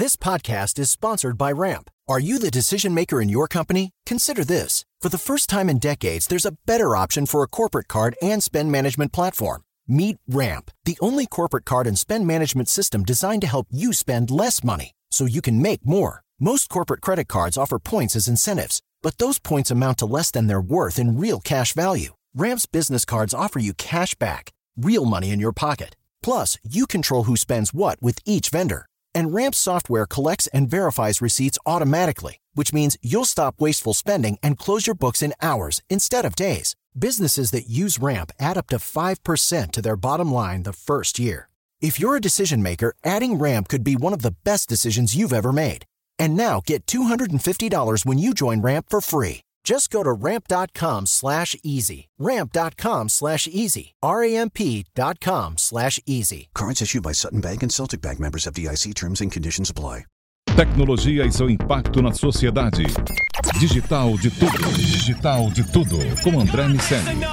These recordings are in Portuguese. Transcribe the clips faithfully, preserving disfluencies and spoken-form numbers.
This podcast is sponsored by Ramp. Are you the decision maker in your company? Consider this. For the first time in decades, there's a better option for a corporate card and spend management platform. Meet Ramp, the only corporate card and spend management system designed to help you spend less money so you can make more. Most corporate credit cards offer points as incentives, but those points amount to less than their worth in real cash value. Ramp's business cards offer you cash back, real money in your pocket. Plus, you control who spends what with each vendor. And Ramp's software collects and verifies receipts automatically, which means you'll stop wasteful spending and close your books in hours instead of days. Businesses that use Ramp add up to five percent to their bottom line the first year. If you're a decision maker, adding Ramp could be one of the best decisions you've ever made. And now get two hundred fifty dollars when you join Ramp for free. Just go to ramp.com slash easy. Ramp.com slash easy. R-A-M-P.com slash easy. Cards issued by Sutton Bank and Celtic Bank, members F D I C. Terms and conditions apply. Tecnologia e seu impacto na sociedade. Digital de tudo. Digital de tudo. Com André Miceli.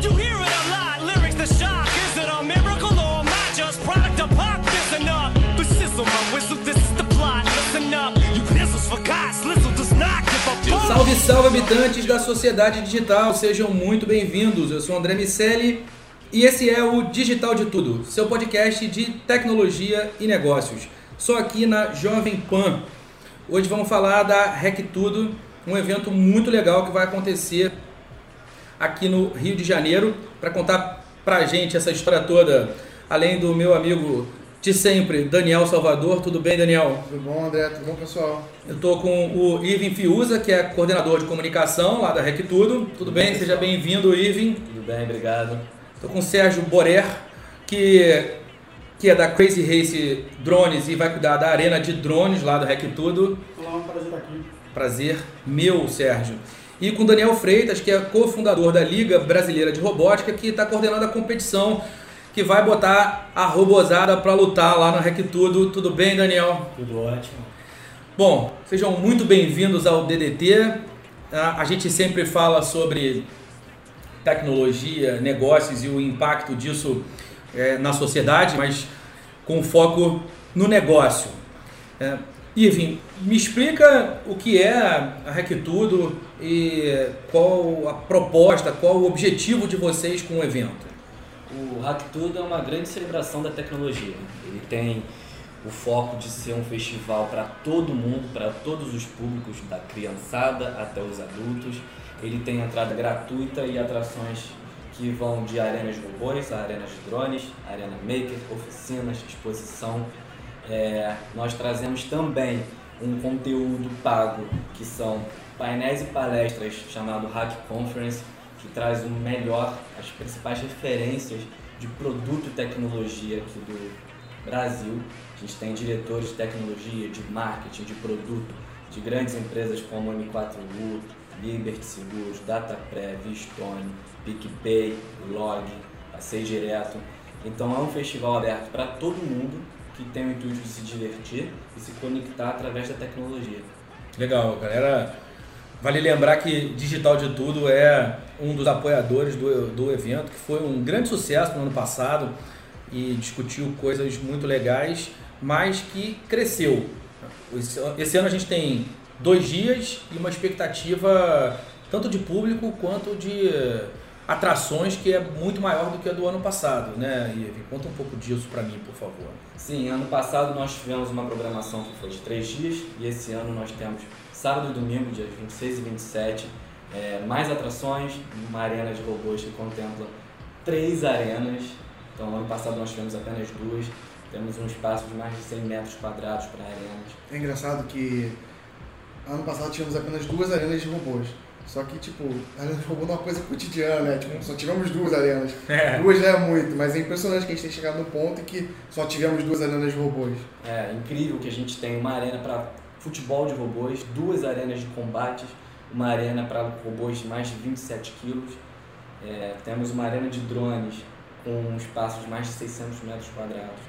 Salve, salve, habitantes da sociedade digital, sejam muito bem-vindos. Eu sou André Miceli e esse é o Digital de Tudo, seu podcast de tecnologia e negócios. Só aqui na Jovem Pan. Hoje vamos falar da Hack Tudo, um evento muito legal que vai acontecer aqui no Rio de Janeiro. Para contar pra gente essa história toda, além do meu amigo de sempre, Daniel Salvador. Tudo bem, Daniel? Tudo bom, André? Tudo bom, pessoal? Eu estou com o Irving Fiuza, que é coordenador de comunicação lá da Hack Tudo. Tudo, Tudo bem? bem Seja bem-vindo, Irving. Tudo bem, obrigado. Estou com o Sérgio Borer, que, que é da Crazy Race Drones e vai cuidar da arena de drones lá da Hack Tudo. Olá, um prazer estar aqui. Prazer meu, Sérgio. E com o Daniel Freitas, que é cofundador da Liga Brasileira de Robótica, que está coordenando a competição que vai botar a robozada para lutar lá no Hack Tudo. Tudo bem, Daniel? Tudo ótimo. Bom, sejam muito bem-vindos ao D D T. A gente sempre fala sobre tecnologia, negócios e o impacto disso é, na sociedade, mas com foco no negócio. É, Irving, me explica o que é a Hack Tudo e qual a proposta, qual o objetivo de vocês com o evento. O Hack Tudo é uma grande celebração da tecnologia. Ele tem o foco de ser um festival para todo mundo, para todos os públicos, da criançada até os adultos. Ele tem entrada gratuita e atrações que vão de arenas de robôs a arenas de drones, arena maker, oficinas, exposição. É, nós trazemos também um conteúdo pago, que são painéis e palestras chamado Hack Conference, que traz o melhor, as principais referências de produto e tecnologia aqui do Brasil. A gente tem diretores de tecnologia, de marketing, de produto, de grandes empresas como M quatro U, Liberty Seguros, Datapré, Vistone, PicPay, Log, Passei Direto. Então é um festival aberto para todo mundo que tem o intuito de se divertir e se conectar através da tecnologia. Legal, galera. Vale lembrar que Digital de Tudo é um dos apoiadores do, do evento, que foi um grande sucesso no ano passado e discutiu coisas muito legais, mas que cresceu. Esse, esse ano a gente tem dois dias e uma expectativa tanto de público quanto de atrações que é muito maior do que a do ano passado, né, Irving? Conta um pouco disso para mim, por favor. Sim, ano passado nós tivemos uma programação que foi de três dias e esse ano nós temos sábado e domingo, dias vinte e seis e vinte e sete, é, mais atrações, uma arena de robôs que contempla três arenas. Então, ano passado nós tivemos apenas duas, temos um espaço de mais de cem metros quadrados para arenas. É engraçado que ano passado tínhamos apenas duas arenas de robôs. Só que, tipo, a arena de robô não é uma coisa cotidiana, né? Tipo, só tivemos duas arenas. É. Duas já é muito, mas é impressionante que a gente tenha chegado no ponto em que só tivemos duas arenas de robôs. É incrível que a gente tem uma arena para futebol de robôs, duas arenas de combates, uma arena para robôs de mais de vinte e sete quilos. É, temos uma arena de drones com um espaço de mais de seiscentos metros quadrados.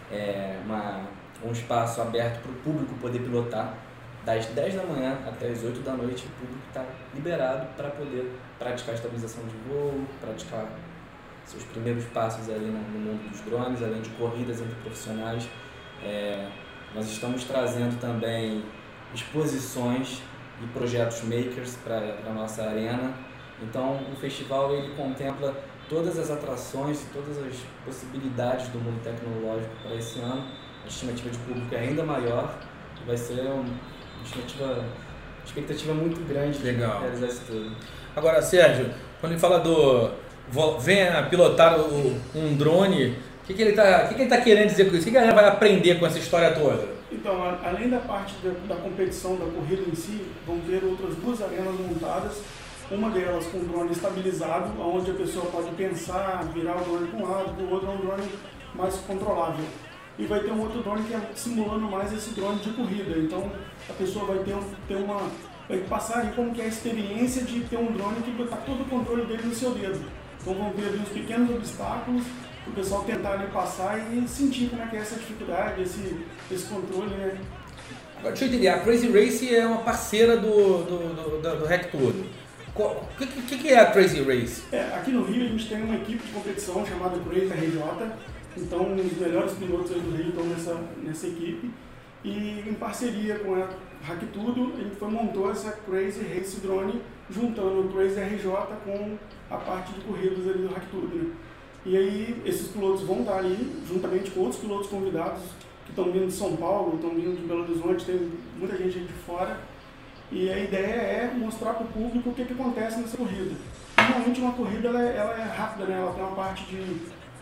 É, uma, um espaço aberto para o público poder pilotar. Das dez da manhã até as oito da noite, o público está liberado para poder praticar estabilização de voo, praticar seus primeiros passos ali no mundo dos drones, além de corridas entre profissionais. É, Nós estamos trazendo também exposições e projetos makers para a nossa arena. Então, o festival ele contempla todas as atrações e todas as possibilidades do mundo tecnológico para esse ano. A estimativa de público é ainda maior e vai ser uma estimativa, uma expectativa muito grande Legal. de realizar isso tudo. Agora, Sérgio, quando ele fala do venha pilotar o, um drone, o que, que ele está que que ele tá querendo dizer com isso? O que, que a galera vai aprender com essa história toda? Então, a, além da parte da, da competição, da corrida em si, vão ter outras duas arenas montadas. Uma delas com um drone estabilizado, onde a pessoa pode pensar, virar o drone para um lado, o outro é um drone mais controlável. E vai ter um outro drone que é simulando mais esse drone de corrida. Então, a pessoa vai ter, um, ter uma... vai passar aí como que é a experiência de ter um drone que está todo o controle dele no seu dedo. Então, vão ter ali uns pequenos obstáculos para o pessoal tentar ali passar e sentir como é que é essa dificuldade, esse, esse controle, né? Agora, deixa eu entender, a Crazy Race é uma parceira do, do, do, do, do Hack Tudo. O que, que, que é a Crazy Race? É, aqui no Rio a gente tem uma equipe de competição chamada Crazy R J, então os melhores pilotos aí do Rio estão nessa, nessa equipe e em parceria com a Hack Tudo a gente foi, montou essa Crazy Race Drone juntando o Crazy R J com a parte de corridas ali do Hack Tudo, né? E aí esses pilotos vão estar ali juntamente com outros pilotos convidados que estão vindo de São Paulo, estão vindo de Belo Horizonte, tem muita gente aí de fora. E a ideia é mostrar para o público o que, que acontece nessa corrida. Normalmente uma corrida ela é, ela é rápida, né? Ela tem uma parte de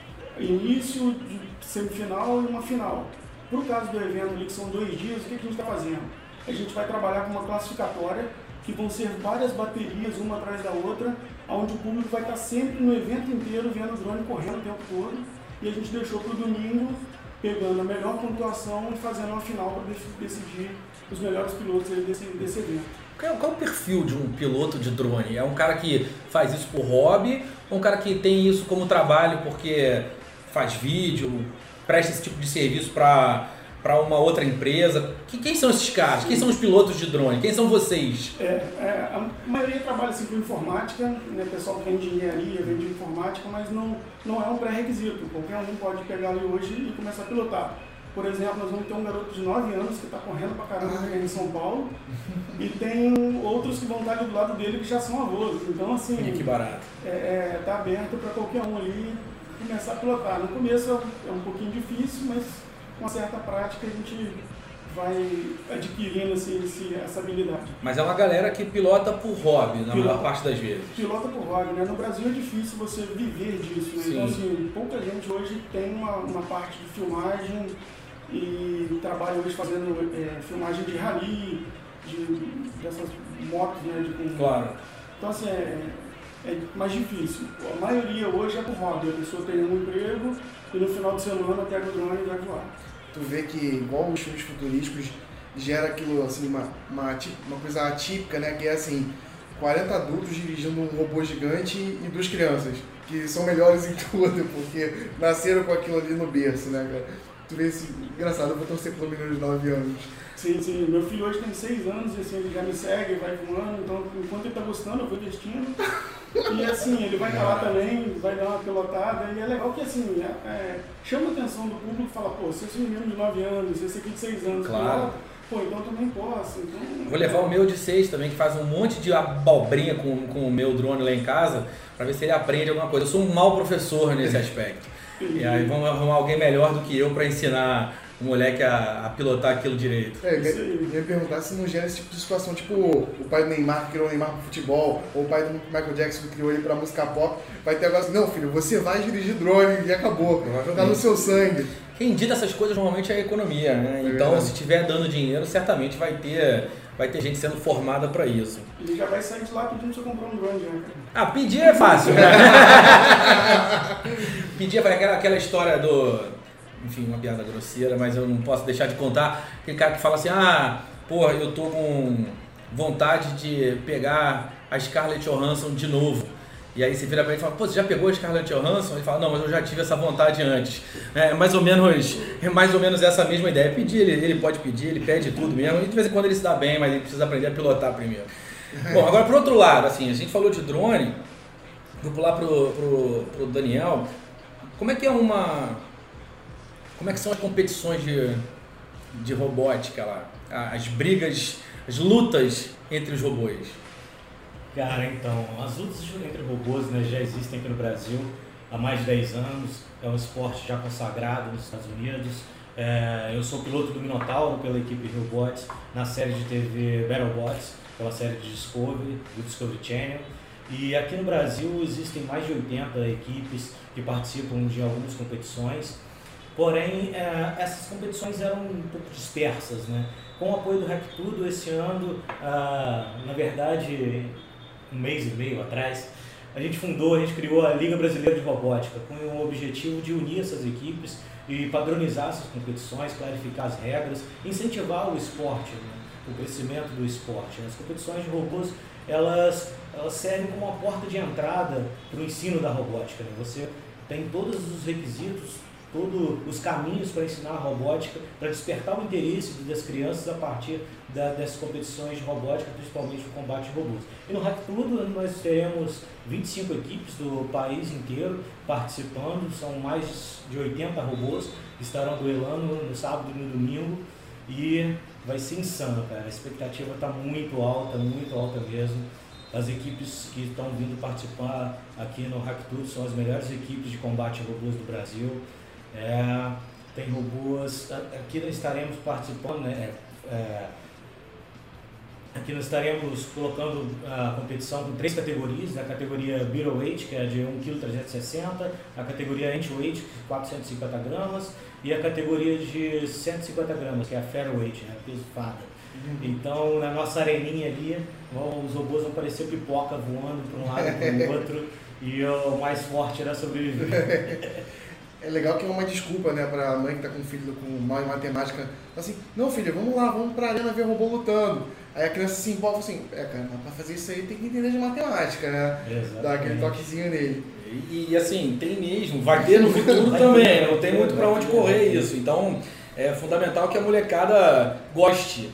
início, de semifinal e uma final. Por caso do evento ali, que são dois dias, o que, que a gente está fazendo? A gente vai trabalhar com uma classificatória, que vão ser várias baterias, uma atrás da outra, onde o público vai estar sempre no evento inteiro vendo o drone correndo o tempo todo. E a gente deixou para o domingo, pegando a melhor pontuação e fazendo uma final para decidir os melhores pilotos desse, desse evento. Qual, qual é o perfil de um piloto de drone? É um cara que faz isso por hobby ou um cara que tem isso como trabalho porque faz vídeo, presta esse tipo de serviço para para uma outra empresa? Que, quem são esses caras? Quem são os pilotos de drone? Quem são vocês? É, é, a maioria trabalha assim com informática, né? Pessoal que vende engenharia, vende informática, mas não, não é um pré-requisito. Qualquer um pode pegar ali hoje e começar a pilotar. Por exemplo, nós vamos ter um garoto de nove anos que está correndo pra caramba em São Paulo e tem outros que vão estar ali do lado dele que já são avós. Então, assim, e que barato. É, é, tá aberto para qualquer um ali começar a pilotar. No começo é um pouquinho difícil, mas com uma certa prática a gente vai adquirindo assim, esse, essa habilidade. Mas é uma galera que pilota por hobby, na Pilota. maior parte das vezes. Pilota por hobby, né? No Brasil é difícil você viver disso, né? Sim. Então, assim, pouca gente hoje tem uma, uma parte de filmagem e trabalha hoje fazendo é, filmagem de rally, de, dessas motos, né? De, com... Claro. Então, assim, é, é mais difícil. A maioria hoje é por hobby. A pessoa tem um emprego e no final de semana pega o drone e vai voar. Tu vê que, igual os filmes futurísticos, gera aquilo, assim, uma, uma, uma coisa atípica, né? Que é, assim, quarenta adultos dirigindo um robô gigante e duas crianças, que são melhores em tudo, porque nasceram com aquilo ali no berço, né, cara? Tu vê esse... Engraçado, eu vou torcer pelo menino de nove anos. Sim, sim. Meu filho hoje tem seis anos e assim, ele já me segue, vai voando, então enquanto ele tá gostando, eu vou investindo. E assim, ele vai estar lá também, vai dar uma pilotada, e é legal que assim, é, é, chama a atenção do público e fala, pô, se esse menino de nove anos, se esse aqui de seis anos, Claro. pilota, pô, então eu também posso. Então, Vou levar o meu de seis também, que faz um monte de abobrinha com, com o meu drone lá em casa, para ver se ele aprende alguma coisa. Eu sou um mau professor nesse aspecto. E aí vamos arrumar alguém melhor do que eu para ensinar o moleque a, a pilotar aquilo direito. É, eu ia, eu ia perguntar se não gera esse tipo de situação, tipo o pai do Neymar que criou o Neymar pro futebol, ou o pai do Michael Jackson que criou ele pra música pop, vai ter agora assim, não filho, você vai dirigir drone e acabou, tá no seu sangue. Quem dita essas coisas normalmente é a economia, né? É Então, verdade. se estiver dando dinheiro, certamente vai ter, vai ter gente sendo formada para isso. ele já vai sair de lá pedindo pra você comprar um drone já. Ah, pedir é fácil. Pedir é fácil. Aquela, aquela história do... Enfim, uma piada grosseira, mas eu não posso deixar de contar. Aquele cara que fala assim, ah, porra, eu tô com vontade de pegar a Scarlett Johansson de novo. E aí você vira pra ele e fala, pô, você já pegou a Scarlett Johansson? Ele fala, não, mas eu já tive essa vontade antes. É mais ou menos, é mais ou menos essa mesma ideia. Pedir, ele, ele pode pedir, ele pede tudo mesmo. E de vez em quando ele se dá bem, mas ele precisa aprender a pilotar primeiro. Bom, agora pro outro lado, assim, a gente falou de drone, vou pular pro, pro, pro Daniel. Como é que é uma... Como é que são as competições de, de robótica lá? As brigas, as lutas entre os robôs? Cara, então, as lutas entre robôs, né, já existem aqui no Brasil há mais de dez anos. É um esporte já consagrado nos Estados Unidos. É, eu sou piloto do Minotauro pela equipe Robots na série de T V BattleBots, pela série de Discovery, do Discovery Channel. E aqui no Brasil existem mais de oitenta equipes que participam de algumas competições. Porém, é, essas competições eram um pouco dispersas, né? Com o apoio do Hack Tudo, esse ano, ah, na verdade, um mês e meio atrás, a gente fundou, a gente criou a Liga Brasileira de Robótica, com o objetivo de unir essas equipes e padronizar essas competições, clarificar as regras, incentivar o esporte, né? O crescimento do esporte. As competições de robôs, elas, elas servem como uma porta de entrada para o ensino da robótica, né? Você tem todos os requisitos, todos os caminhos para ensinar a robótica, para despertar o interesse das crianças a partir da, dessas competições de robótica, principalmente o combate de robôs. E no Hack Tudo nós teremos vinte e cinco equipes do país inteiro participando, são mais de oitenta robôs que estarão duelando no sábado e no domingo, e vai ser insano, cara. A expectativa está muito alta, muito alta mesmo. As equipes que estão vindo participar aqui no Hack Tudo são as melhores equipes de combate a robôs do Brasil. É, tem robôs, aqui nós estaremos participando, né, é, aqui nós estaremos colocando a competição com três categorias, a categoria Middleweight, que é de um vírgula trezentos e sessenta quilos, a categoria Antweight, quatrocentos e cinquenta gramas, e a categoria de cento e cinquenta gramas, que é a Fairweight, né, peso fada. Uhum. Então, na nossa areninha ali, os robôs vão parecer pipoca voando para um lado e para o outro, e o mais forte irá sobreviver. É legal que é uma desculpa, né, para a mãe que está com um filho com mal em matemática, assim, não filha, vamos lá, vamos para a arena ver o robô lutando. Aí a criança se empolga assim, é cara, para fazer isso aí tem que entender de matemática, né? Exatamente. Dá aquele toquezinho nele. E, e assim, tem mesmo, vai ter no futuro também, não tem muito para onde correr isso. Então é fundamental que a molecada goste,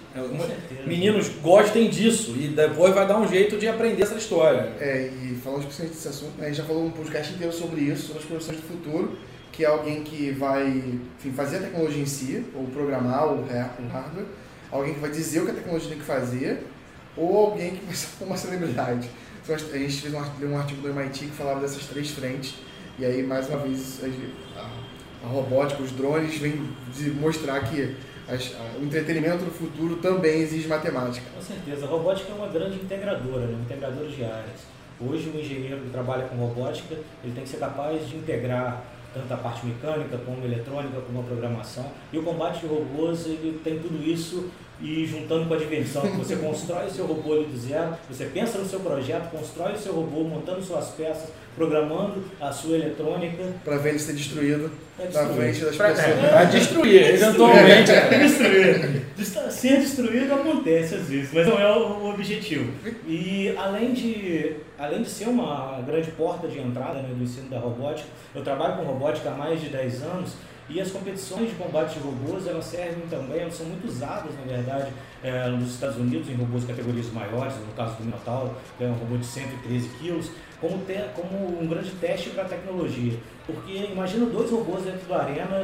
meninos gostem disso e depois vai dar um jeito de aprender essa história. É, e falando especialmente desse assunto, a gente já falou um podcast inteiro sobre isso, sobre as profissões do futuro, que é alguém que vai, enfim, fazer a tecnologia em si, ou programar o hardware, alguém que vai dizer o que a tecnologia tem que fazer, ou alguém que vai ser uma celebridade. Então, a gente fez um, um artigo do M I T que falava dessas três frentes, e aí, mais uma vez, a, a robótica, os drones, vêm de mostrar que as, a, o entretenimento do futuro também exige matemática. Com certeza, a robótica é uma grande integradora, né? Integradora de áreas. Hoje, o engenheiro que trabalha com robótica, ele tem que ser capaz de integrar tanto a parte mecânica, como a eletrônica, como a programação. E o combate de robôs, ele tem tudo isso, e juntando com a diversão, que você constrói o seu robô ali do zero, você pensa no seu projeto, constrói o seu robô, montando suas peças, programando a sua eletrônica. Para ver ele ser destruído é na frente das pra, pessoas. Para destruir, eventualmente. É destruir. Ser destruído acontece às vezes, mas não é o objetivo. E além de, além de ser uma grande porta de entrada, né, do ensino da robótica, eu trabalho com robótica há mais de dez anos, e as competições de combate de robôs, elas servem também, elas são muito usadas, na verdade, é, nos Estados Unidos, em robôs de categorias maiores, no caso do Minotauro, que é um robô de cento e treze quilos, como, te, como um grande teste para a tecnologia. Porque imagina dois robôs dentro da arena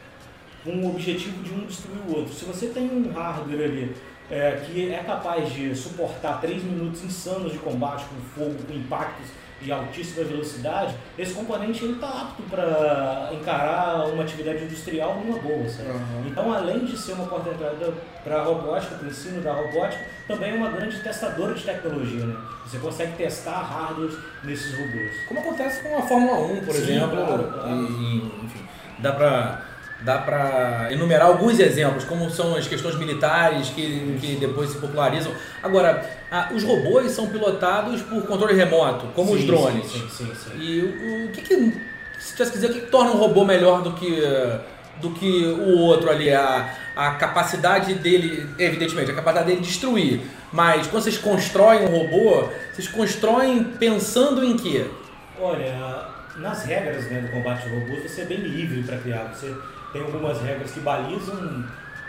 com o objetivo de um destruir o outro. Se você tem um hardware ali é, que é capaz de suportar três minutos insanos de combate com fogo, com impactos de altíssima velocidade, esse componente está apto para encarar uma atividade industrial numa boa, sabe? Uhum. Então, além de ser uma porta de entrada para a robótica, para o ensino da robótica, também é uma grande testadora de tecnologia, né? Você consegue testar hardware nesses robôs. Como acontece com a Fórmula um, por Sim, exemplo. Claro, claro. E, enfim, dá para dá para enumerar alguns exemplos, como são as questões militares que, que depois se popularizam. Agora, ah, os robôs são pilotados por controle remoto, como sim, os drones. Sim, sim, sim, sim. E o, o que que, se tivesse que dizer, o que, que torna um robô melhor do que, do que o outro ali? A, a capacidade dele, evidentemente, a capacidade dele destruir. Mas quando vocês constroem um robô, vocês constroem pensando em quê? Olha, nas regras, né, do combate de robôs, você é bem livre para criar. Você tem algumas regras que balizam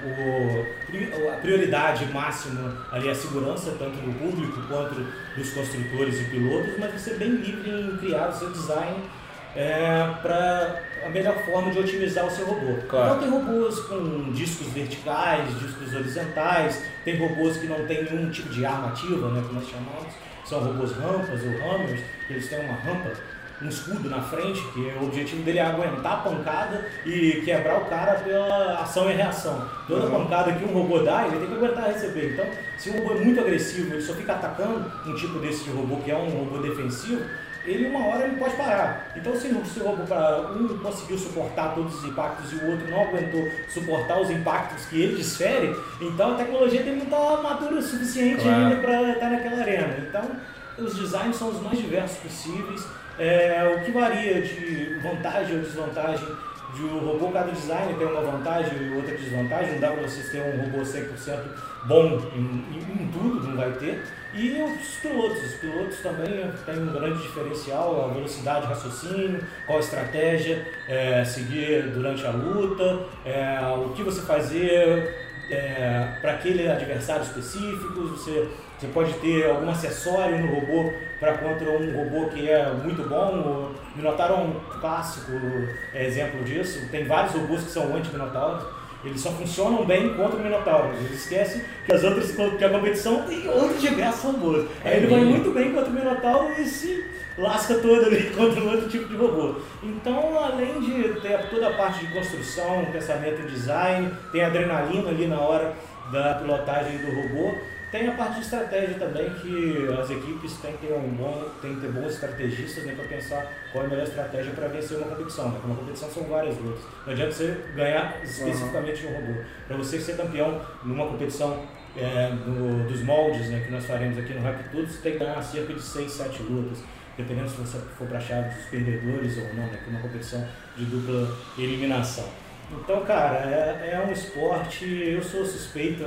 o, a prioridade máxima ali, a segurança tanto do público quanto dos construtores e pilotos, mas você é bem livre em criar o seu design é, para a melhor forma de otimizar o seu robô. Claro. Então tem robôs com discos verticais, discos horizontais, tem robôs que não tem nenhum tipo de arma ativa, né, que nós chamamos, são robôs rampas ou hammers, eles têm uma rampa, um escudo na frente, que o objetivo dele é aguentar a pancada e quebrar o cara pela ação e reação. Toda uhum. pancada que um robô dá, ele tem que aguentar receber. Então, se o robô é muito agressivo, ele só fica atacando um tipo desse de robô que é um robô defensivo, ele uma hora ele pode parar. Então, se o robô para um conseguiu suportar todos os impactos e o outro não aguentou suportar os impactos que ele desfere, então a tecnologia tem que estar madura o suficiente claro. ainda para estar naquela arena. Então, os designs são os mais diversos possíveis. É, o que varia de vantagem ou desvantagem de um robô, cada design tem uma vantagem e outra desvantagem, não dá para vocês terem um robô cem por cento bom em, em, em tudo, não vai ter. E os pilotos, os pilotos também têm um grande diferencial, a velocidade de raciocínio, qual a estratégia é, seguir durante a luta, é, o que você fazer é, para aquele adversário específico, você, você pode ter algum acessório no robô para contra um robô que é muito bom. O Minotauro é um clássico é, exemplo disso, tem vários robôs que são anti-Minotauros. Eles só funcionam bem contra o Minotauro. Eles esquecem que as outras, que a competição tem outros diversos robôs. Aí ele vai muito bem contra o Minotauro e se lasca todo ali contra um outro tipo de robô. Então, além de ter toda a parte de construção, pensamento em design, tem adrenalina ali na hora da pilotagem do robô, tem a parte de estratégia também, que as equipes têm que ter, um bom, têm que ter bons estrategistas, né, para pensar qual é a melhor estratégia para vencer uma competição. Né? Uma competição são várias lutas. Não adianta você ganhar especificamente uhum. um robô. Para você ser campeão numa competição é, do, dos moldes, né, que nós faremos aqui no Hack Tudo, você tem que ganhar cerca de seis, sete lutas, dependendo se você for para a chave dos perdedores ou não, né, que é uma competição de dupla eliminação. Então, cara, é, é um esporte, eu sou suspeito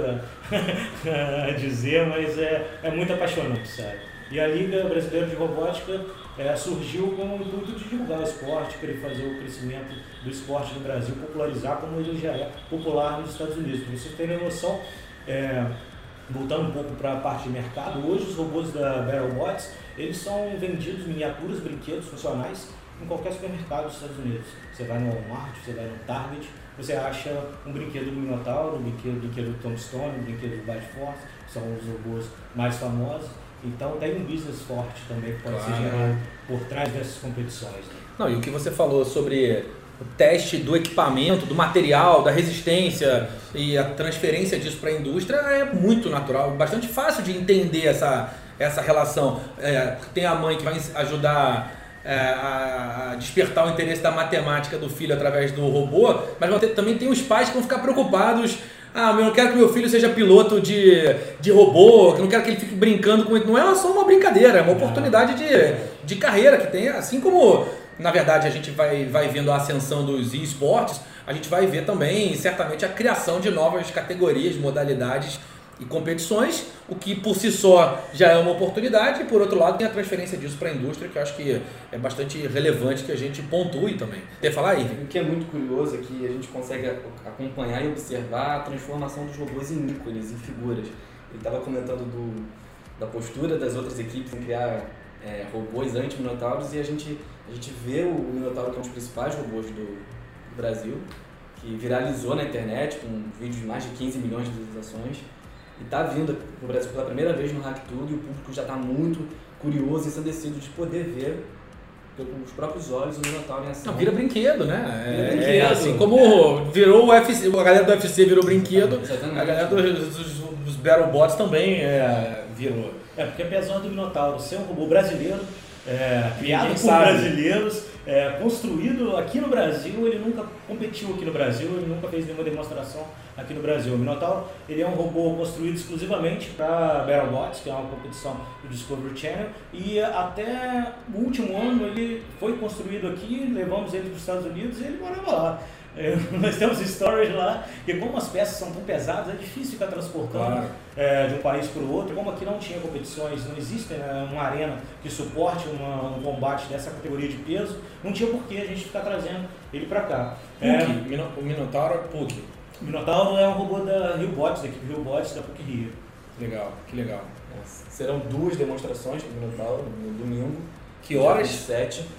a, a dizer, mas é, é muito apaixonante, sabe? E a Liga Brasileira de Robótica é, surgiu com o intuito de divulgar o esporte, querer fazer o crescimento do esporte no Brasil, popularizar como ele já é popular nos Estados Unidos. Para vocês terem noção, é, voltando um pouco para a parte de mercado, hoje os robôs da BattleBots, eles são vendidos miniaturas, brinquedos funcionais, em qualquer supermercado dos Estados Unidos. Você vai no Walmart, você vai no Target, você acha um brinquedo do Minotauro, um brinquedo, um brinquedo do Tombstone, um brinquedo do Bite Force, que são os robôs mais famosos. Então tem um business forte também que pode claro. ser gerado por trás dessas competições. Né? Não, e o que você falou sobre o teste do equipamento, do material, da resistência e a transferência disso para a indústria é muito natural, bastante fácil de entender essa, essa relação. É, tem a mãe que vai ajudar É, a, a despertar o interesse da matemática do filho através do robô, mas vão ter, também tem os pais que vão ficar preocupados. Ah, eu não quero que meu filho seja piloto de, de robô, que eu não quero que ele fique brincando com ele. Não é só uma brincadeira, é uma oportunidade de, de carreira que tem, assim como, na verdade, a gente vai, vai vendo a ascensão dos esportes, a gente vai ver também, certamente, a criação de novas categorias, modalidades e competições, o que por si só já é uma oportunidade, e por outro lado tem a transferência disso para a indústria, que eu acho que é bastante relevante que a gente pontue também. Quer falar aí? O que é muito curioso é que a gente consegue acompanhar e observar a transformação dos robôs em ícones, em figuras. Ele estava comentando do, da postura das outras equipes em criar é, robôs anti-minotauros, e a gente, a gente vê o Minotauro, que é um dos principais robôs do, do Brasil, que viralizou na internet com vídeos de mais de quinze milhões de visualizações. E está vindo para o Brasil pela primeira vez no Hack Tudo, e o público já está muito curioso e ensandecido de poder ver com os próprios olhos o Minotauro em ação. Não, vira brinquedo, né? Vira é, brinquedo. É assim como virou o U F C, a galera do U F C virou brinquedo, Exatamente. a galera dos, dos, dos BattleBots também é, virou. É, porque apesar do Minotauro ser um robô brasileiro, é, criado por sabe. brasileiros, é, construído aqui no Brasil, ele nunca competiu aqui no Brasil, ele nunca fez nenhuma demonstração aqui no Brasil. O Minotauro, ele é um robô construído exclusivamente para BattleBots, que é uma competição do Discovery Channel, e até o último ano ele foi construído aqui, levamos ele para os Estados Unidos e ele morava lá. É, nós temos stories lá, e como as peças são tão pesadas, é difícil ficar transportando claro. é, de um país para o outro. Como aqui não tinha competições, não existe né, uma arena que suporte uma, um combate dessa categoria de peso, não tinha por que a gente ficar trazendo ele para cá. É, o Minotauro é P U C. O Minotauro é um robô da Rio Bots, da equipe Rio Bots, da P U C Rio. Legal, que legal. Serão duas demonstrações do Minotauro no domingo. Que horas? sete.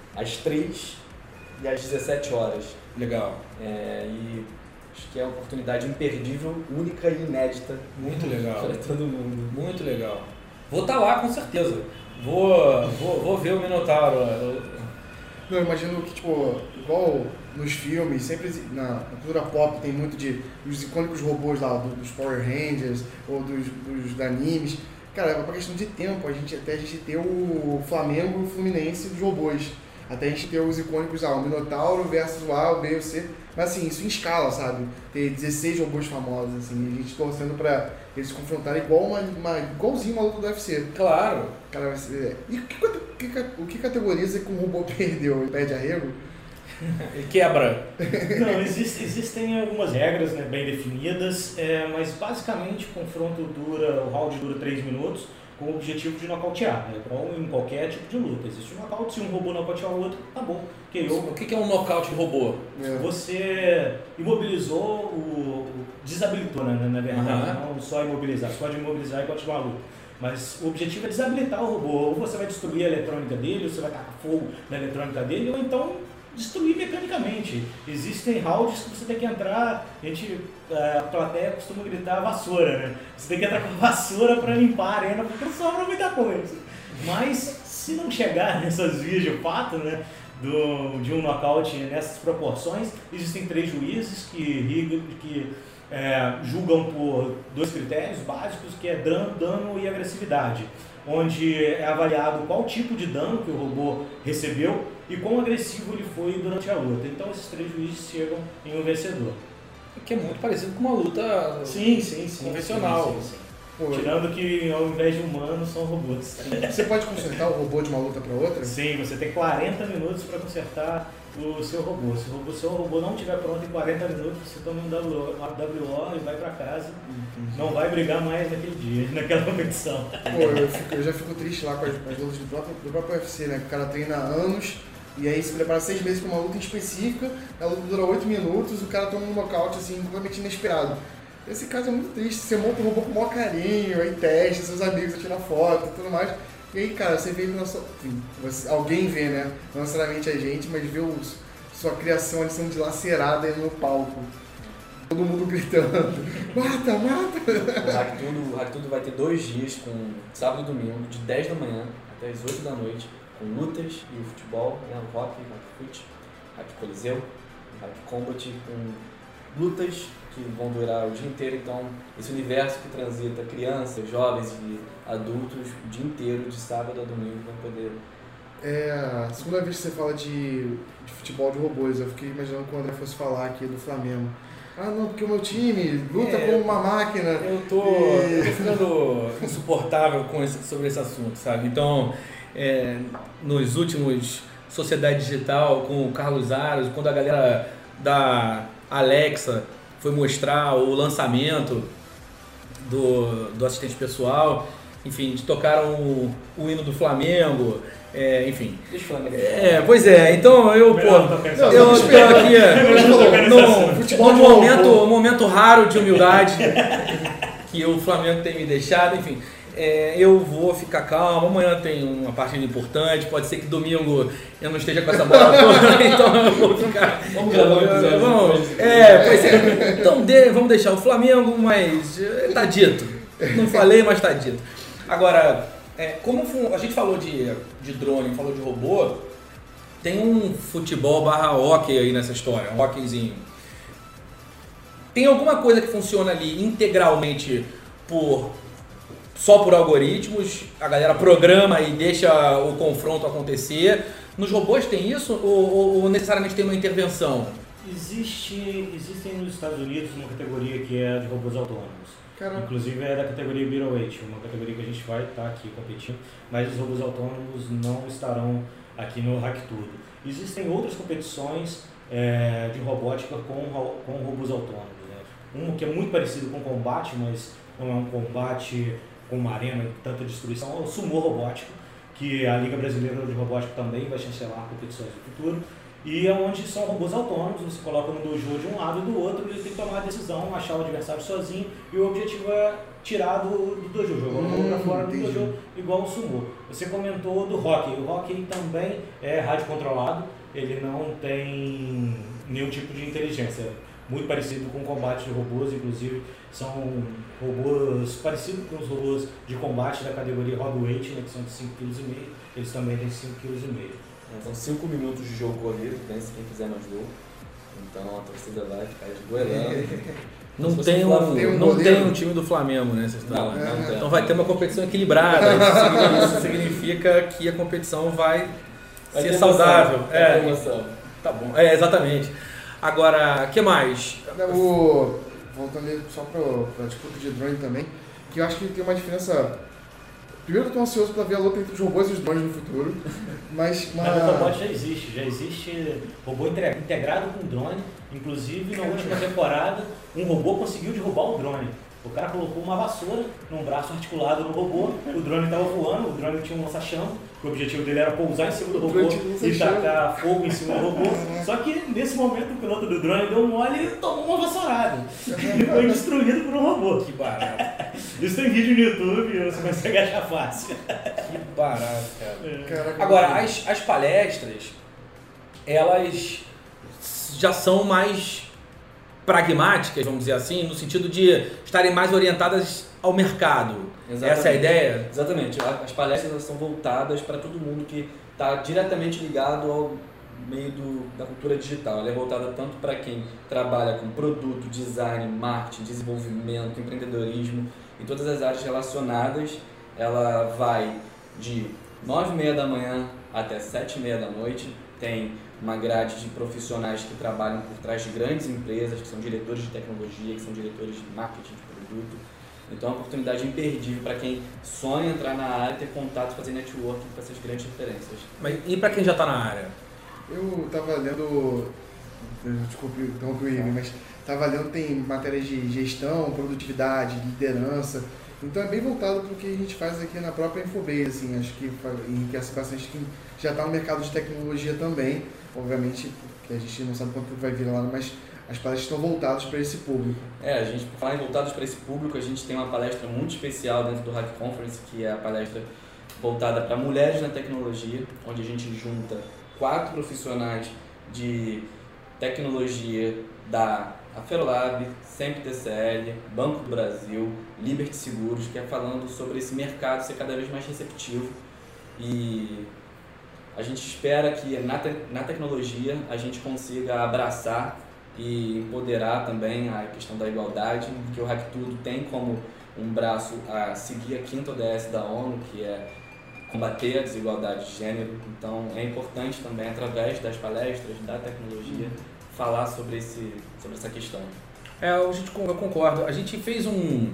às três e às dezessete horas. Legal. É, e acho que é uma oportunidade imperdível, única e inédita. Muito legal. Para todo mundo. Muito legal. Vou estar lá com certeza. Vou, vou, vou ver o Minotauro. Não, eu imagino que, tipo, igual nos filmes, sempre na, na cultura pop tem muito de os icônicos robôs lá, do, dos Power Rangers ou dos, dos animes. Cara, é uma questão de tempo, a gente, até a gente ter o Flamengo e o Fluminense dos robôs. Até a gente ter os icônicos, ah, o Minotauro versus o A, o B, o C. Mas assim, isso em escala, sabe? Ter dezesseis robôs famosos, assim, a gente torcendo pra eles se confrontarem igual uma, uma, igualzinho uma luta do U F C. Claro. Cara, vai ser... E o que, que, o que categoriza que um robô perdeu? Ele perde arrego? Ele quebra. Não, existe, existem algumas regras, né, bem definidas, é, mas basicamente o confronto dura, o round dura três minutos, com o objetivo de nocautear, né, igual em qualquer tipo de luta. Existe um nocaute, se um robô nocautear o outro, tá bom. O que é um nocaute robô? É. Você imobilizou, o, desabilitou, né, na verdade, uhum. Não só imobilizar, você pode imobilizar e continuar a luta. Mas o objetivo é desabilitar o robô, ou você vai destruir a eletrônica dele, ou você vai tacar fogo na eletrônica dele, ou então destruir mecanicamente. Existem rounds que você tem que entrar, a gente, a plateia costuma gritar vassoura, né? Você tem que entrar com vassoura para limpar a arena, porque não sobra muita coisa. Mas se não chegar nessas vias de fato, né, do, de um nocaute nessas proporções, existem três juízes que, que é, julgam por dois critérios básicos, que é dano, dano e agressividade, onde é avaliado qual tipo de dano que o robô recebeu e quão agressivo ele foi durante a luta. Então esses três juízes chegam em um vencedor. Que é muito parecido com uma luta sim, sim, sim, convencional. Sim, sim, sim. Pô, Tirando que ao invés de humanos são robôs. Você pode consertar o robô de uma luta para outra? Sim, você tem quarenta minutos para consertar o seu robô. Se o robô, seu robô não estiver pronto em quarenta minutos, você toma um W O e vai para casa. Entendi. Não vai brigar mais naquele dia, naquela competição. Pô, eu, fico, eu já fico triste lá com as, com as lutas do próprio, do próprio U F C, né? O cara treina há anos e aí se prepara seis meses para uma luta específica, a luta dura oito minutos, o cara toma um nocaute assim, completamente inesperado. Esse caso é muito triste, você monta o robô com o maior carinho, aí testa, seus amigos, você tira foto e tudo mais. E aí, cara, você vê na sua... Enfim, você, alguém vê, né? Não necessariamente a gente, mas vê os, sua criação ali sendo dilacerada aí no palco. Todo mundo gritando, mata, mata! O Hack Tudo, o Hack Tudo vai ter dois dias, com sábado e domingo, de dez da manhã até as oito da noite, com lutas e o futebol, né? O rock, o Hack Fut, Hack Coliseu, o Hack Combat, com lutas que vão durar o dia inteiro. Então, esse universo que transita crianças, jovens e adultos o dia inteiro, de sábado a domingo, vão poder... É a segunda vez que você fala de, de futebol de robôs. Eu fiquei imaginando quando o André fosse falar aqui do Flamengo. Ah, não, porque o meu time luta é, como uma máquina. Eu tô, e... eu tô ficando insuportável com esse, sobre esse assunto, sabe? Então, é, nos últimos Sociedade Digital, com o Carlos Aros, quando a galera da Alexa foi mostrar o lançamento do, do assistente pessoal, enfim, tocaram o, o hino do Flamengo, é, enfim. Deixa o Flamengo. É, pois é, então eu, pô, eu, eu espero aqui num momento, um momento raro de humildade que o Flamengo tem me deixado, enfim. É, eu vou ficar calmo, amanhã tem uma partida importante, pode ser que domingo eu não esteja com essa bola toda, então eu vou ficar... Vamos gravar um episódio. Vamos, é, pois é. Então de, vamos deixar o Flamengo, mas tá dito. Não falei, mas tá dito. Agora, é, como a gente falou de, de drone, falou de robô, tem um futebol barra hockey aí nessa história, um hockeyzinho. Tem alguma coisa que funciona ali integralmente por... só por algoritmos, a galera programa e deixa o confronto acontecer. Nos robôs tem isso ou, ou, ou necessariamente tem uma intervenção? Existe, existem nos Estados Unidos uma categoria que é de robôs autônomos. Caramba. Inclusive é da categoria Middleweight, uma categoria que a gente vai estar aqui competindo, mas os robôs autônomos não estarão aqui no Hack Tudo. Existem outras competições é, de robótica com, com robôs autônomos, né? Um que é muito parecido com combate, mas não é um combate com uma arena e tanta destruição, é o Sumo Robótico, que a Liga Brasileira de Robótica também vai chancelar competições no futuro, e é onde são robôs autônomos, você coloca no dojo de um lado e do outro, e ele tem que tomar a decisão, achar o adversário sozinho, e o objetivo é tirar do, do dojo, jogar o robô para fora do dojo, igual o sumô. Você comentou do hockey. O hockey também é rádio controlado, ele não tem nenhum tipo de inteligência. Muito parecido com o combate de robôs, inclusive são robôs parecidos com os robôs de combate da categoria Heavyweight, né, que são de cinco vírgula cinco quilos, eles também têm cinco vírgula cinco quilos. São cinco minutos de jogo corrido, pense quem fizer mais gol. Então a torcida vai ficar esgoelando. Não, tem um, tem um, não tem um time do Flamengo, né? Vocês não, não, não então vai ter uma competição equilibrada. Isso significa que a competição vai, vai ser saudável. Emoção, é, emoção. Tá bom, é, exatamente. Agora, o que mais? O, voltando ali só para a disputa de drone também, que eu acho que tem uma diferença. Primeiro eu estou ansioso para ver a luta entre os robôs e os drones no futuro, mas... Uma... Mas o robô já existe, já existe robô integrado com drone, inclusive na última temporada um robô conseguiu derrubar o drone. O cara colocou uma vassoura num braço articulado no robô, o drone estava voando, o drone tinha um lança-chama, o objetivo dele era pousar em cima do robô e tacar fogo em cima do robô. Só que nesse momento o piloto do drone deu mole e tomou uma vassourada. E foi destruído por um robô. Que barato. Isso tem vídeo no YouTube, você consegue achar fácil. Que barato, cara. É. Caraca, Agora, as, as palestras, elas já são mais pragmáticas, vamos dizer assim, no sentido de estarem mais orientadas ao mercado. Exatamente. Essa é a ideia? Exatamente. As palestras elas são voltadas para todo mundo que está diretamente ligado ao meio do, da cultura digital. Ela é voltada tanto para quem trabalha com produto, design, marketing, desenvolvimento, empreendedorismo, em todas as áreas relacionadas. Ela vai de nove e meia da manhã até sete e meia da noite. Tem uma grade de profissionais que trabalham por trás de grandes empresas, que são diretores de tecnologia, que são diretores de marketing de produto. Então é uma oportunidade imperdível para quem sonha entrar na área, ter contato, fazer networking com essas grandes referências. Mas e para quem já está na área? Eu estava lendo, desculpe, interrompi o Ivan, mas estava lendo, tem matérias de gestão, produtividade, liderança. Então é bem voltado para o que a gente faz aqui na própria Infobase, assim, acho que enriquece bastante quem já está no mercado de tecnologia também. Obviamente, que a gente não sabe quanto vai vir lá, mas as palestras estão voltadas para esse público. É, a gente, por falar em voltados para esse público, a gente tem uma palestra muito especial dentro do Hack Conference, que é a palestra voltada para mulheres na tecnologia, onde a gente junta quatro profissionais de tecnologia da Aferolab, Sempre T C L, Banco do Brasil, Liberty Seguros, que é falando sobre esse mercado ser cada vez mais receptivo. E a gente espera que na, te- na tecnologia a gente consiga abraçar e empoderar também a questão da igualdade, que o Hack Tudo tem como um braço a seguir a quinta O D S da ONU, que é combater a desigualdade de gênero. Então é importante também, através das palestras, da tecnologia, falar sobre, esse, sobre essa questão. É, a gente, eu concordo. A gente fez um,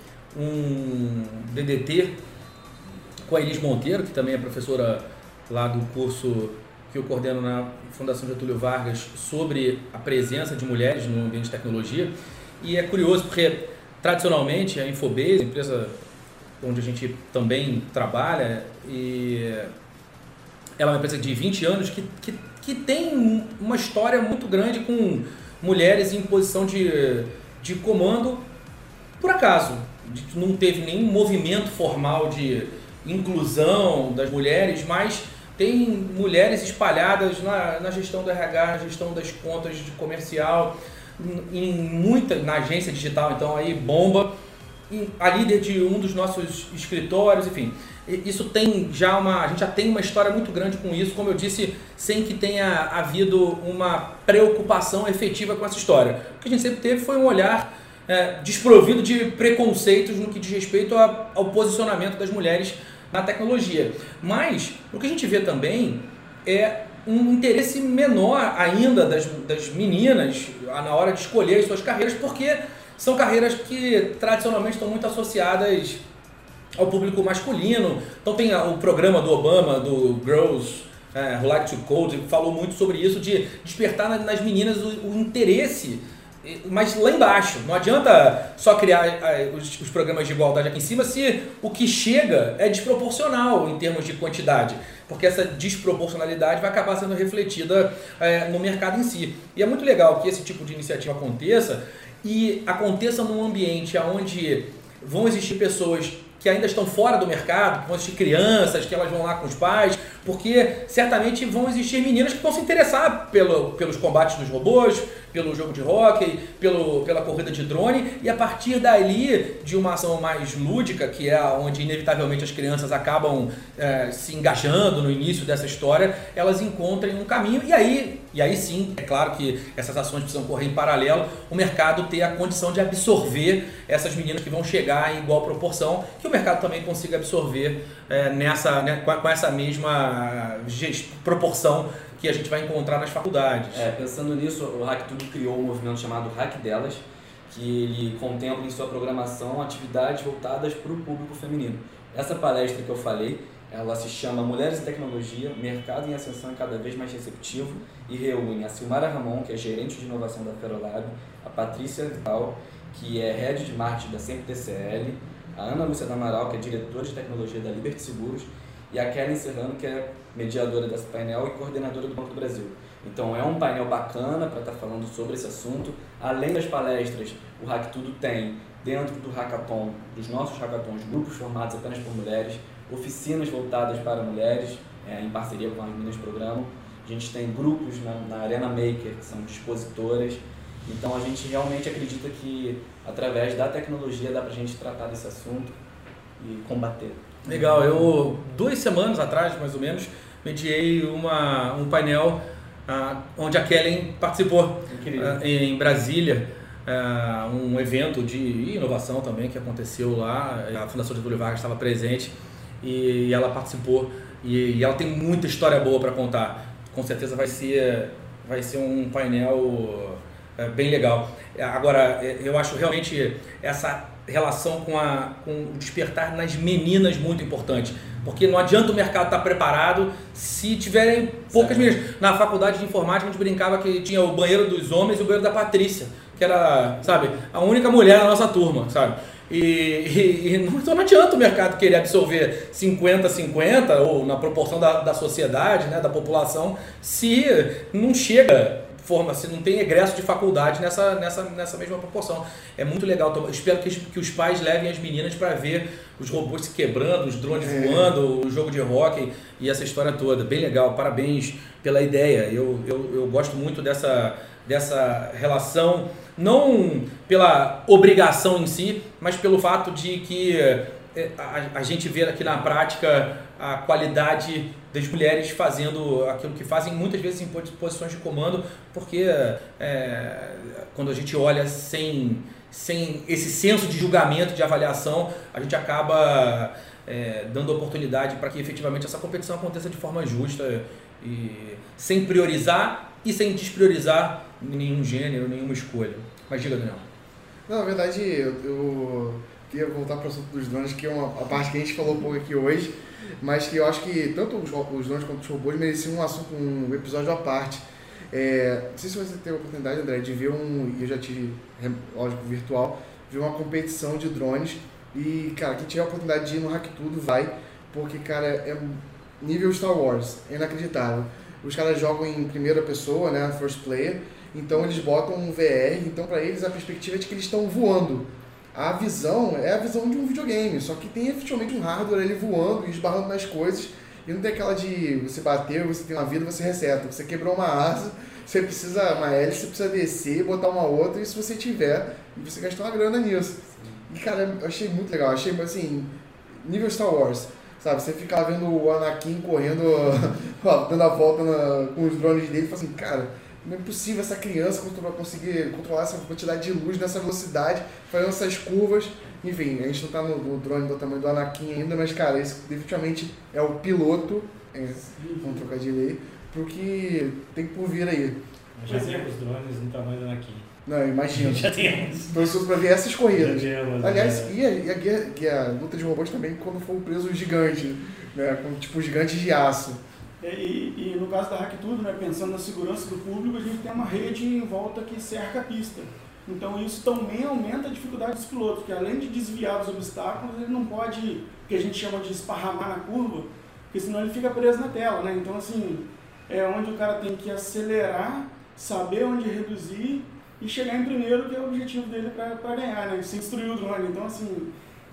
um D D T com a Elis Monteiro, que também é professora lá do curso que eu coordeno na Fundação Getúlio Vargas, sobre a presença de mulheres no ambiente de tecnologia. E é curioso porque, tradicionalmente, a Infobase, a empresa onde a gente também trabalha, e ela é uma empresa de vinte anos que, que, que tem uma história muito grande com mulheres em posição de, de comando. Por acaso, não teve nenhum movimento formal de inclusão das mulheres, mas tem mulheres espalhadas na, na gestão do R H, na gestão das contas de comercial, em muita, na agência digital, então aí bomba, a líder de um dos nossos escritórios, enfim. Isso tem já uma, a gente já tem uma história muito grande com isso, como eu disse, sem que tenha havido uma preocupação efetiva com essa história. O que a gente sempre teve foi um olhar é, desprovido de preconceitos no que diz respeito a, ao posicionamento das mulheres na tecnologia. Mas o que a gente vê também é um interesse menor ainda das, das meninas na hora de escolher as suas carreiras, porque são carreiras que tradicionalmente estão muito associadas ao público masculino. Então tem o programa do Obama, do Girls é, Who Like to Code, que falou muito sobre isso, de despertar nas meninas o, o interesse, mas lá embaixo. Não adianta só criar os, os programas de igualdade aqui em cima se o que chega é desproporcional em termos de quantidade, porque essa desproporcionalidade vai acabar sendo refletida é, no mercado em si. E é muito legal que esse tipo de iniciativa aconteça, e aconteça num ambiente onde vão existir pessoas que ainda estão fora do mercado, que vão existir crianças, que elas vão lá com os pais, porque certamente vão existir meninas que vão se interessar pelo, pelos combates dos robôs, pelo jogo de hóquei, pelo, pela corrida de drone, e a partir dali, de uma ação mais lúdica, que é onde inevitavelmente as crianças acabam é, se engajando no início dessa história, elas encontrem um caminho, e aí, e aí sim, é claro que essas ações precisam correr em paralelo, o mercado ter a condição de absorver essas meninas que vão chegar em igual proporção, que o mercado também consiga absorver é, nessa, né, com, com essa mesma gest- proporção que a gente vai encontrar nas faculdades. É, pensando nisso, o Hack Tudo criou um movimento chamado Hack Delas, que ele contempla em sua programação atividades voltadas para o público feminino. Essa palestra que eu falei, ela se chama Mulheres e Tecnologia, Mercado em Ascensão cada vez mais receptivo, e reúne a Silmara Ramon, que é gerente de inovação da Ferolab, a Patrícia Vital, que é head de marketing da Sempre T C L, a Ana Lúcia Damaral, que é diretora de tecnologia da Liberty Seguros, e a Kellen Serrano, que é mediadora desse painel e coordenadora do Banco do Brasil. Então é um painel bacana para estar falando sobre esse assunto. Além das palestras, o Hack Tudo tem, dentro do hackathon, dos nossos hackathons, grupos formados apenas por mulheres, oficinas voltadas para mulheres, é, em parceria com as meninas do programa. A gente tem grupos na, na Arena Maker, que são dispositoras. Então a gente realmente acredita que através da tecnologia dá para a gente tratar desse assunto e combater. Legal, eu duas semanas atrás, mais ou menos, mediei uma, um painel uh, onde a Kellen participou uh, em Brasília, uh, um evento de inovação também que aconteceu lá, a Fundação Getúlio Vargas estava presente e, e ela participou e, e ela tem muita história boa para contar, com certeza vai ser, vai ser um painel uh, bem legal. Agora, eu acho realmente essa relação com, a, com o despertar nas meninas muito importante, porque não adianta o mercado estar preparado se tiverem poucas certo. meninas. Na faculdade de informática a gente brincava que tinha o banheiro dos homens e o banheiro da Patrícia, que era, sabe, a única mulher na nossa turma, sabe? E, e, e não, então não adianta o mercado querer absorver cinquenta a cinquenta ou na proporção da, da sociedade, né, da população, se não chega... Forma, se não tem egresso de faculdade nessa, nessa, nessa mesma proporção. É muito legal. Eu espero que, que os pais levem as meninas para ver os robôs se quebrando, os drones é. voando, o jogo de hóquei e essa história toda. Bem legal. Parabéns pela ideia. Eu, eu, eu gosto muito dessa, dessa relação, não pela obrigação em si, mas pelo fato de que a, a gente vê aqui na prática a qualidade das mulheres fazendo aquilo que fazem, muitas vezes em posições de comando, porque é, quando a gente olha sem, sem esse senso de julgamento, de avaliação, a gente acaba é, dando oportunidade para que efetivamente essa competição aconteça de forma justa, e sem priorizar e sem despriorizar nenhum gênero, nenhuma escolha. Mas diga, Daniel. Não, na verdade, eu, eu queria voltar para o assunto dos drones, que é uma a parte que a gente falou um pouco aqui hoje, mas que eu acho que tanto os, os drones quanto os robôs mereciam um assunto, um episódio à parte. É, não sei se você teve a oportunidade, André, de ver um, eu já tive, lógico, virtual, ver uma competição de drones e, cara, quem tiver a oportunidade de ir no Hack Tudo, vai, porque, cara, é nível Star Wars, é inacreditável. Os caras jogam em primeira pessoa, né, first player, então eles botam um V R, então para eles a perspectiva é de que eles estão voando. A visão é a visão de um videogame, só que tem efetivamente um hardware ali voando e esbarrando nas coisas, e não tem aquela de você bateu, você tem uma vida, você reseta. Você quebrou uma asa, você precisa, uma hélice, você precisa descer, botar uma outra, e se você tiver, você gastou uma grana nisso. E cara, eu achei muito legal, achei assim, nível Star Wars, sabe? Você ficar vendo o Anakin correndo, dando a volta na, com os drones dele, e fala assim, cara, não é possível essa criança conseguir controlar essa quantidade de luz nessa velocidade, fazendo essas curvas. Enfim, a gente não tá no, no drone do tamanho do Anakin ainda, mas, cara, esse definitivamente é o piloto, é, vamos trocar de lei, pro que tem por vir aí. Já temos drones no tamanho do Anakin. Não, imagina. Já temos. Tô ansioso pra ver essas corridas. Já temos, aliás, e a, e, a guerra, e a luta de robôs também, quando for preso o gigante, né, com tipo gigantes de aço. E, e no caso da Hack Tudo, né, pensando na segurança do público, a gente tem uma rede em volta que cerca a pista. Então isso também aumenta a dificuldade dos pilotos, porque além de desviar os obstáculos, ele não pode, o que a gente chama de esparramar na curva, porque senão ele fica preso na tela, né? Então assim, é onde o cara tem que acelerar, saber onde reduzir e chegar em primeiro, que é o objetivo dele para ganhar, né? Sem destruir o drone. Então assim,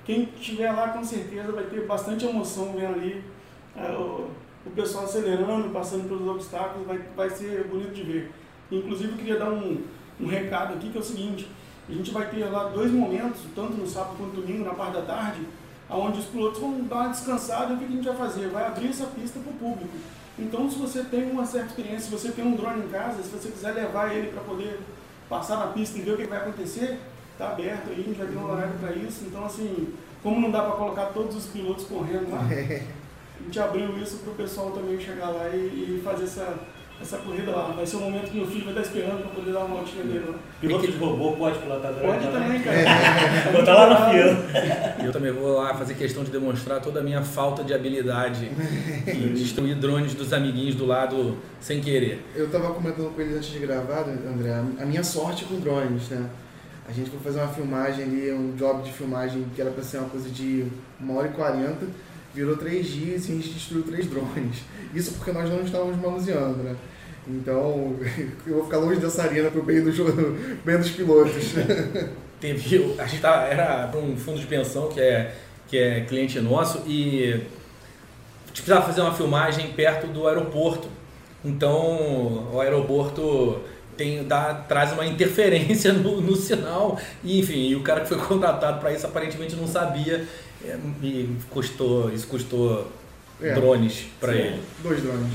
quem estiver lá com certeza vai ter bastante emoção vendo ali é, o, o pessoal acelerando, passando pelos obstáculos, vai, vai ser bonito de ver. Inclusive eu queria dar um, um recado aqui que é o seguinte, a gente vai ter lá dois momentos, tanto no sábado quanto no domingo, na parte da tarde, onde os pilotos vão dar uma descansada e o que a gente vai fazer? Vai abrir essa pista para o público. Então, se você tem uma certa experiência, se você tem um drone em casa, se você quiser levar ele para poder passar na pista e ver o que vai acontecer, está aberto aí, a gente vai ter um horário para isso. Então, assim, como não dá para colocar todos os pilotos correndo lá, a gente abriu isso para o pessoal também chegar lá e, e fazer essa, essa corrida lá. Vai ser o momento que meu filho vai estar esperando para poder dar uma voltinha dele lá. Piloto de robô pode pilotar drone? Pode também, cara. Vou estar lá na fila. Eu também vou lá fazer questão de demonstrar toda a minha falta de habilidade em destruir drones dos amiguinhos do lado sem querer. Eu estava comentando com eles antes de gravar, André, a minha sorte com drones, né? A gente foi fazer uma filmagem ali, um job de filmagem que era para ser uma coisa de uma hora e quarenta, virou três dias e a gente destruiu três drones. Isso porque nós não estávamos manuseando, né? Então, eu vou ficar longe dessa arena pro bem dos, bem dos pilotos. Teve, a gente tá, era um fundo de pensão que é, que é cliente nosso e a gente precisava fazer uma filmagem perto do aeroporto. Então, o aeroporto tem, dá, traz uma interferência no, no sinal e, enfim, e o cara que foi contratado para isso aparentemente não sabia e custou, isso custou é. drones para ele. Dois drones.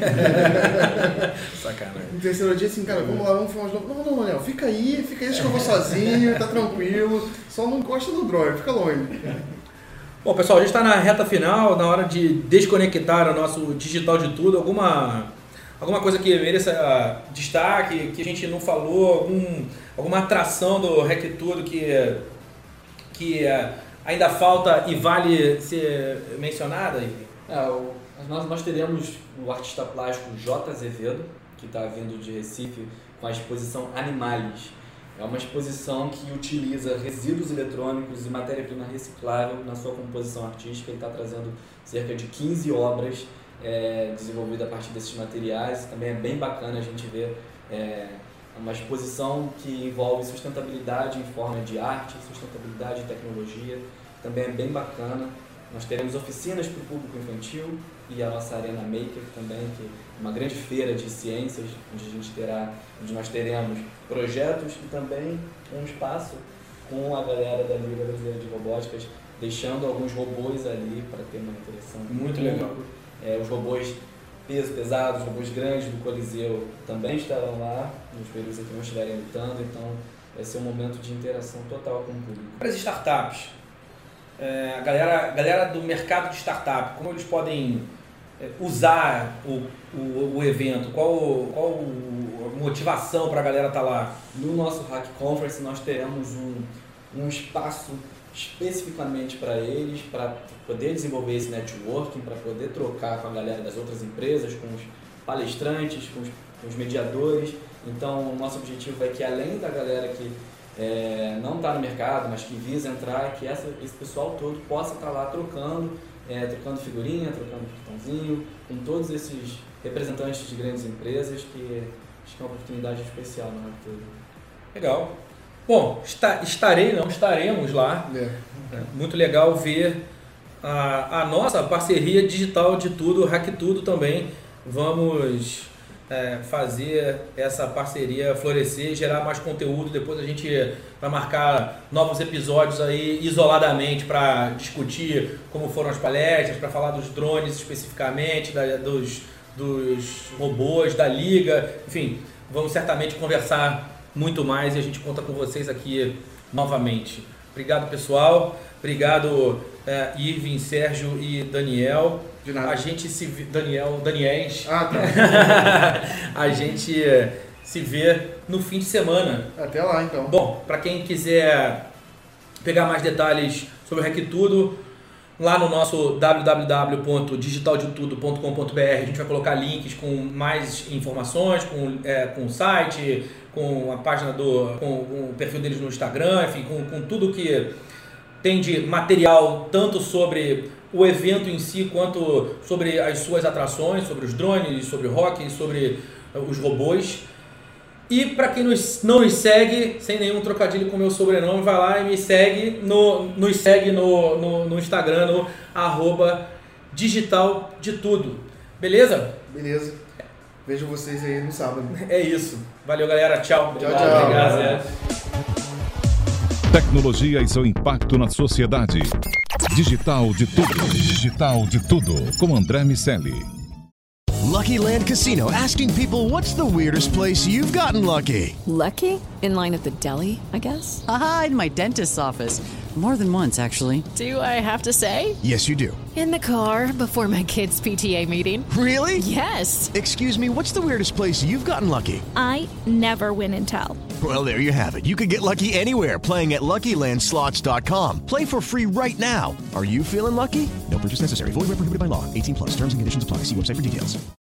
Sacanagem. No terceiro dia, assim, cara, vamos lá, vamos filmar de novo. Não, não, não, Léo, fica aí, fica aí, acho que eu vou sozinho, tá tranquilo, só não encosta no drone, fica longe. Bom, pessoal, a gente está na reta final, na hora de desconectar o nosso digital de tudo. Alguma, alguma coisa que mereça destaque, que a gente não falou, algum, alguma atração do Hack Tudo que, que ainda falta e vale ser mencionada? É, o, nós, nós teremos o artista plástico J. Azevedo, que está vindo de Recife com a exposição Animales. É uma exposição que utiliza resíduos eletrônicos e matéria-prima reciclável na sua composição artística. Ele está trazendo cerca de quinze obras é, desenvolvidas a partir desses materiais. Também é bem bacana a gente ver é, uma exposição que envolve sustentabilidade em forma de arte, sustentabilidade e tecnologia. Também é bem bacana. Nós teremos oficinas para o público infantil e a nossa Arena Maker também, que é uma grande feira de ciências, onde a gente terá, onde nós teremos projetos e também um espaço com a galera da Liga Brasileira de Robóticas, deixando alguns robôs ali para ter uma interação. Muito legal. É, os robôs peso pesados, os robôs grandes do Coliseu também estarão lá, nos períodos em que não estiverem lutando, então vai ser um momento de interação total com o público. Para as startups, é, a galera, a galera do mercado de startup, como eles podem usar o, o, o evento? Qual, qual a motivação para a galera estar tá lá? No nosso Hack Conference nós teremos um, um espaço especificamente para eles, para poder desenvolver esse networking, para poder trocar com a galera das outras empresas, com os palestrantes, com os, com os mediadores. Então o nosso objetivo é que, além da galera que é, não está no mercado, mas que visa entrar, que essa, esse pessoal todo possa estar tá lá trocando, É, trocando figurinha, trocando cartãozinho, com todos esses representantes de grandes empresas, que acho que é uma oportunidade especial no Hack Tudo. Legal. Bom, está, estarei, não estaremos lá. É. É muito legal ver a, a nossa parceria digital de tudo, Hack Tudo também. Vamos é, fazer essa parceria florescer, gerar mais conteúdo. Depois a gente vai marcar novos episódios aí isoladamente para discutir como foram as palestras, para falar dos drones especificamente, da, dos, dos robôs, da liga, enfim, vamos certamente conversar muito mais e a gente conta com vocês aqui novamente. Obrigado, pessoal. Obrigado, é, Irving, Sérgio e Daniel. De nada. A gente se Daniel, Daniels. Ah, tá. A gente se vê no fim de semana. Até lá, então. Bom, para quem quiser pegar mais detalhes sobre o Hack Tudo, lá no nosso w w w ponto digital de tudo ponto com ponto b r a gente vai colocar links com mais informações, com, é, com o site, com a página do, com, com o perfil deles no Instagram, enfim, com, com tudo que tem de material, tanto sobre o evento em si, quanto sobre as suas atrações, sobre os drones, sobre o rock, sobre os robôs. E para quem nos, não nos segue, sem nenhum trocadilho com o meu sobrenome, vai lá e me segue no, nos segue no, no, no Instagram, no arroba digital de tudo. Beleza? Beleza. Vejo vocês aí no sábado. É isso. Valeu, galera. Tchau. Tchau, tchau. Obrigado. Tecnologia e seu impacto na sociedade. Digital de tudo. Digital de tudo. Com André Miceli. Lucky Land Casino, asking people, what's the weirdest place you've gotten lucky? Lucky? In line at the deli, I guess? Aha, in my dentist's office. More than once, actually. Do I have to say? Yes, you do. In the car before my kids' P T A meeting. Really? Yes. Excuse me, what's the weirdest place you've gotten lucky? I never win and tell. Well, there you have it. You can get lucky anywhere, playing at Lucky Land Slots dot com. Play for free right now. Are you feeling lucky? No purchase necessary. Void where prohibited by law. eighteen plus. Terms and conditions apply. See website for details.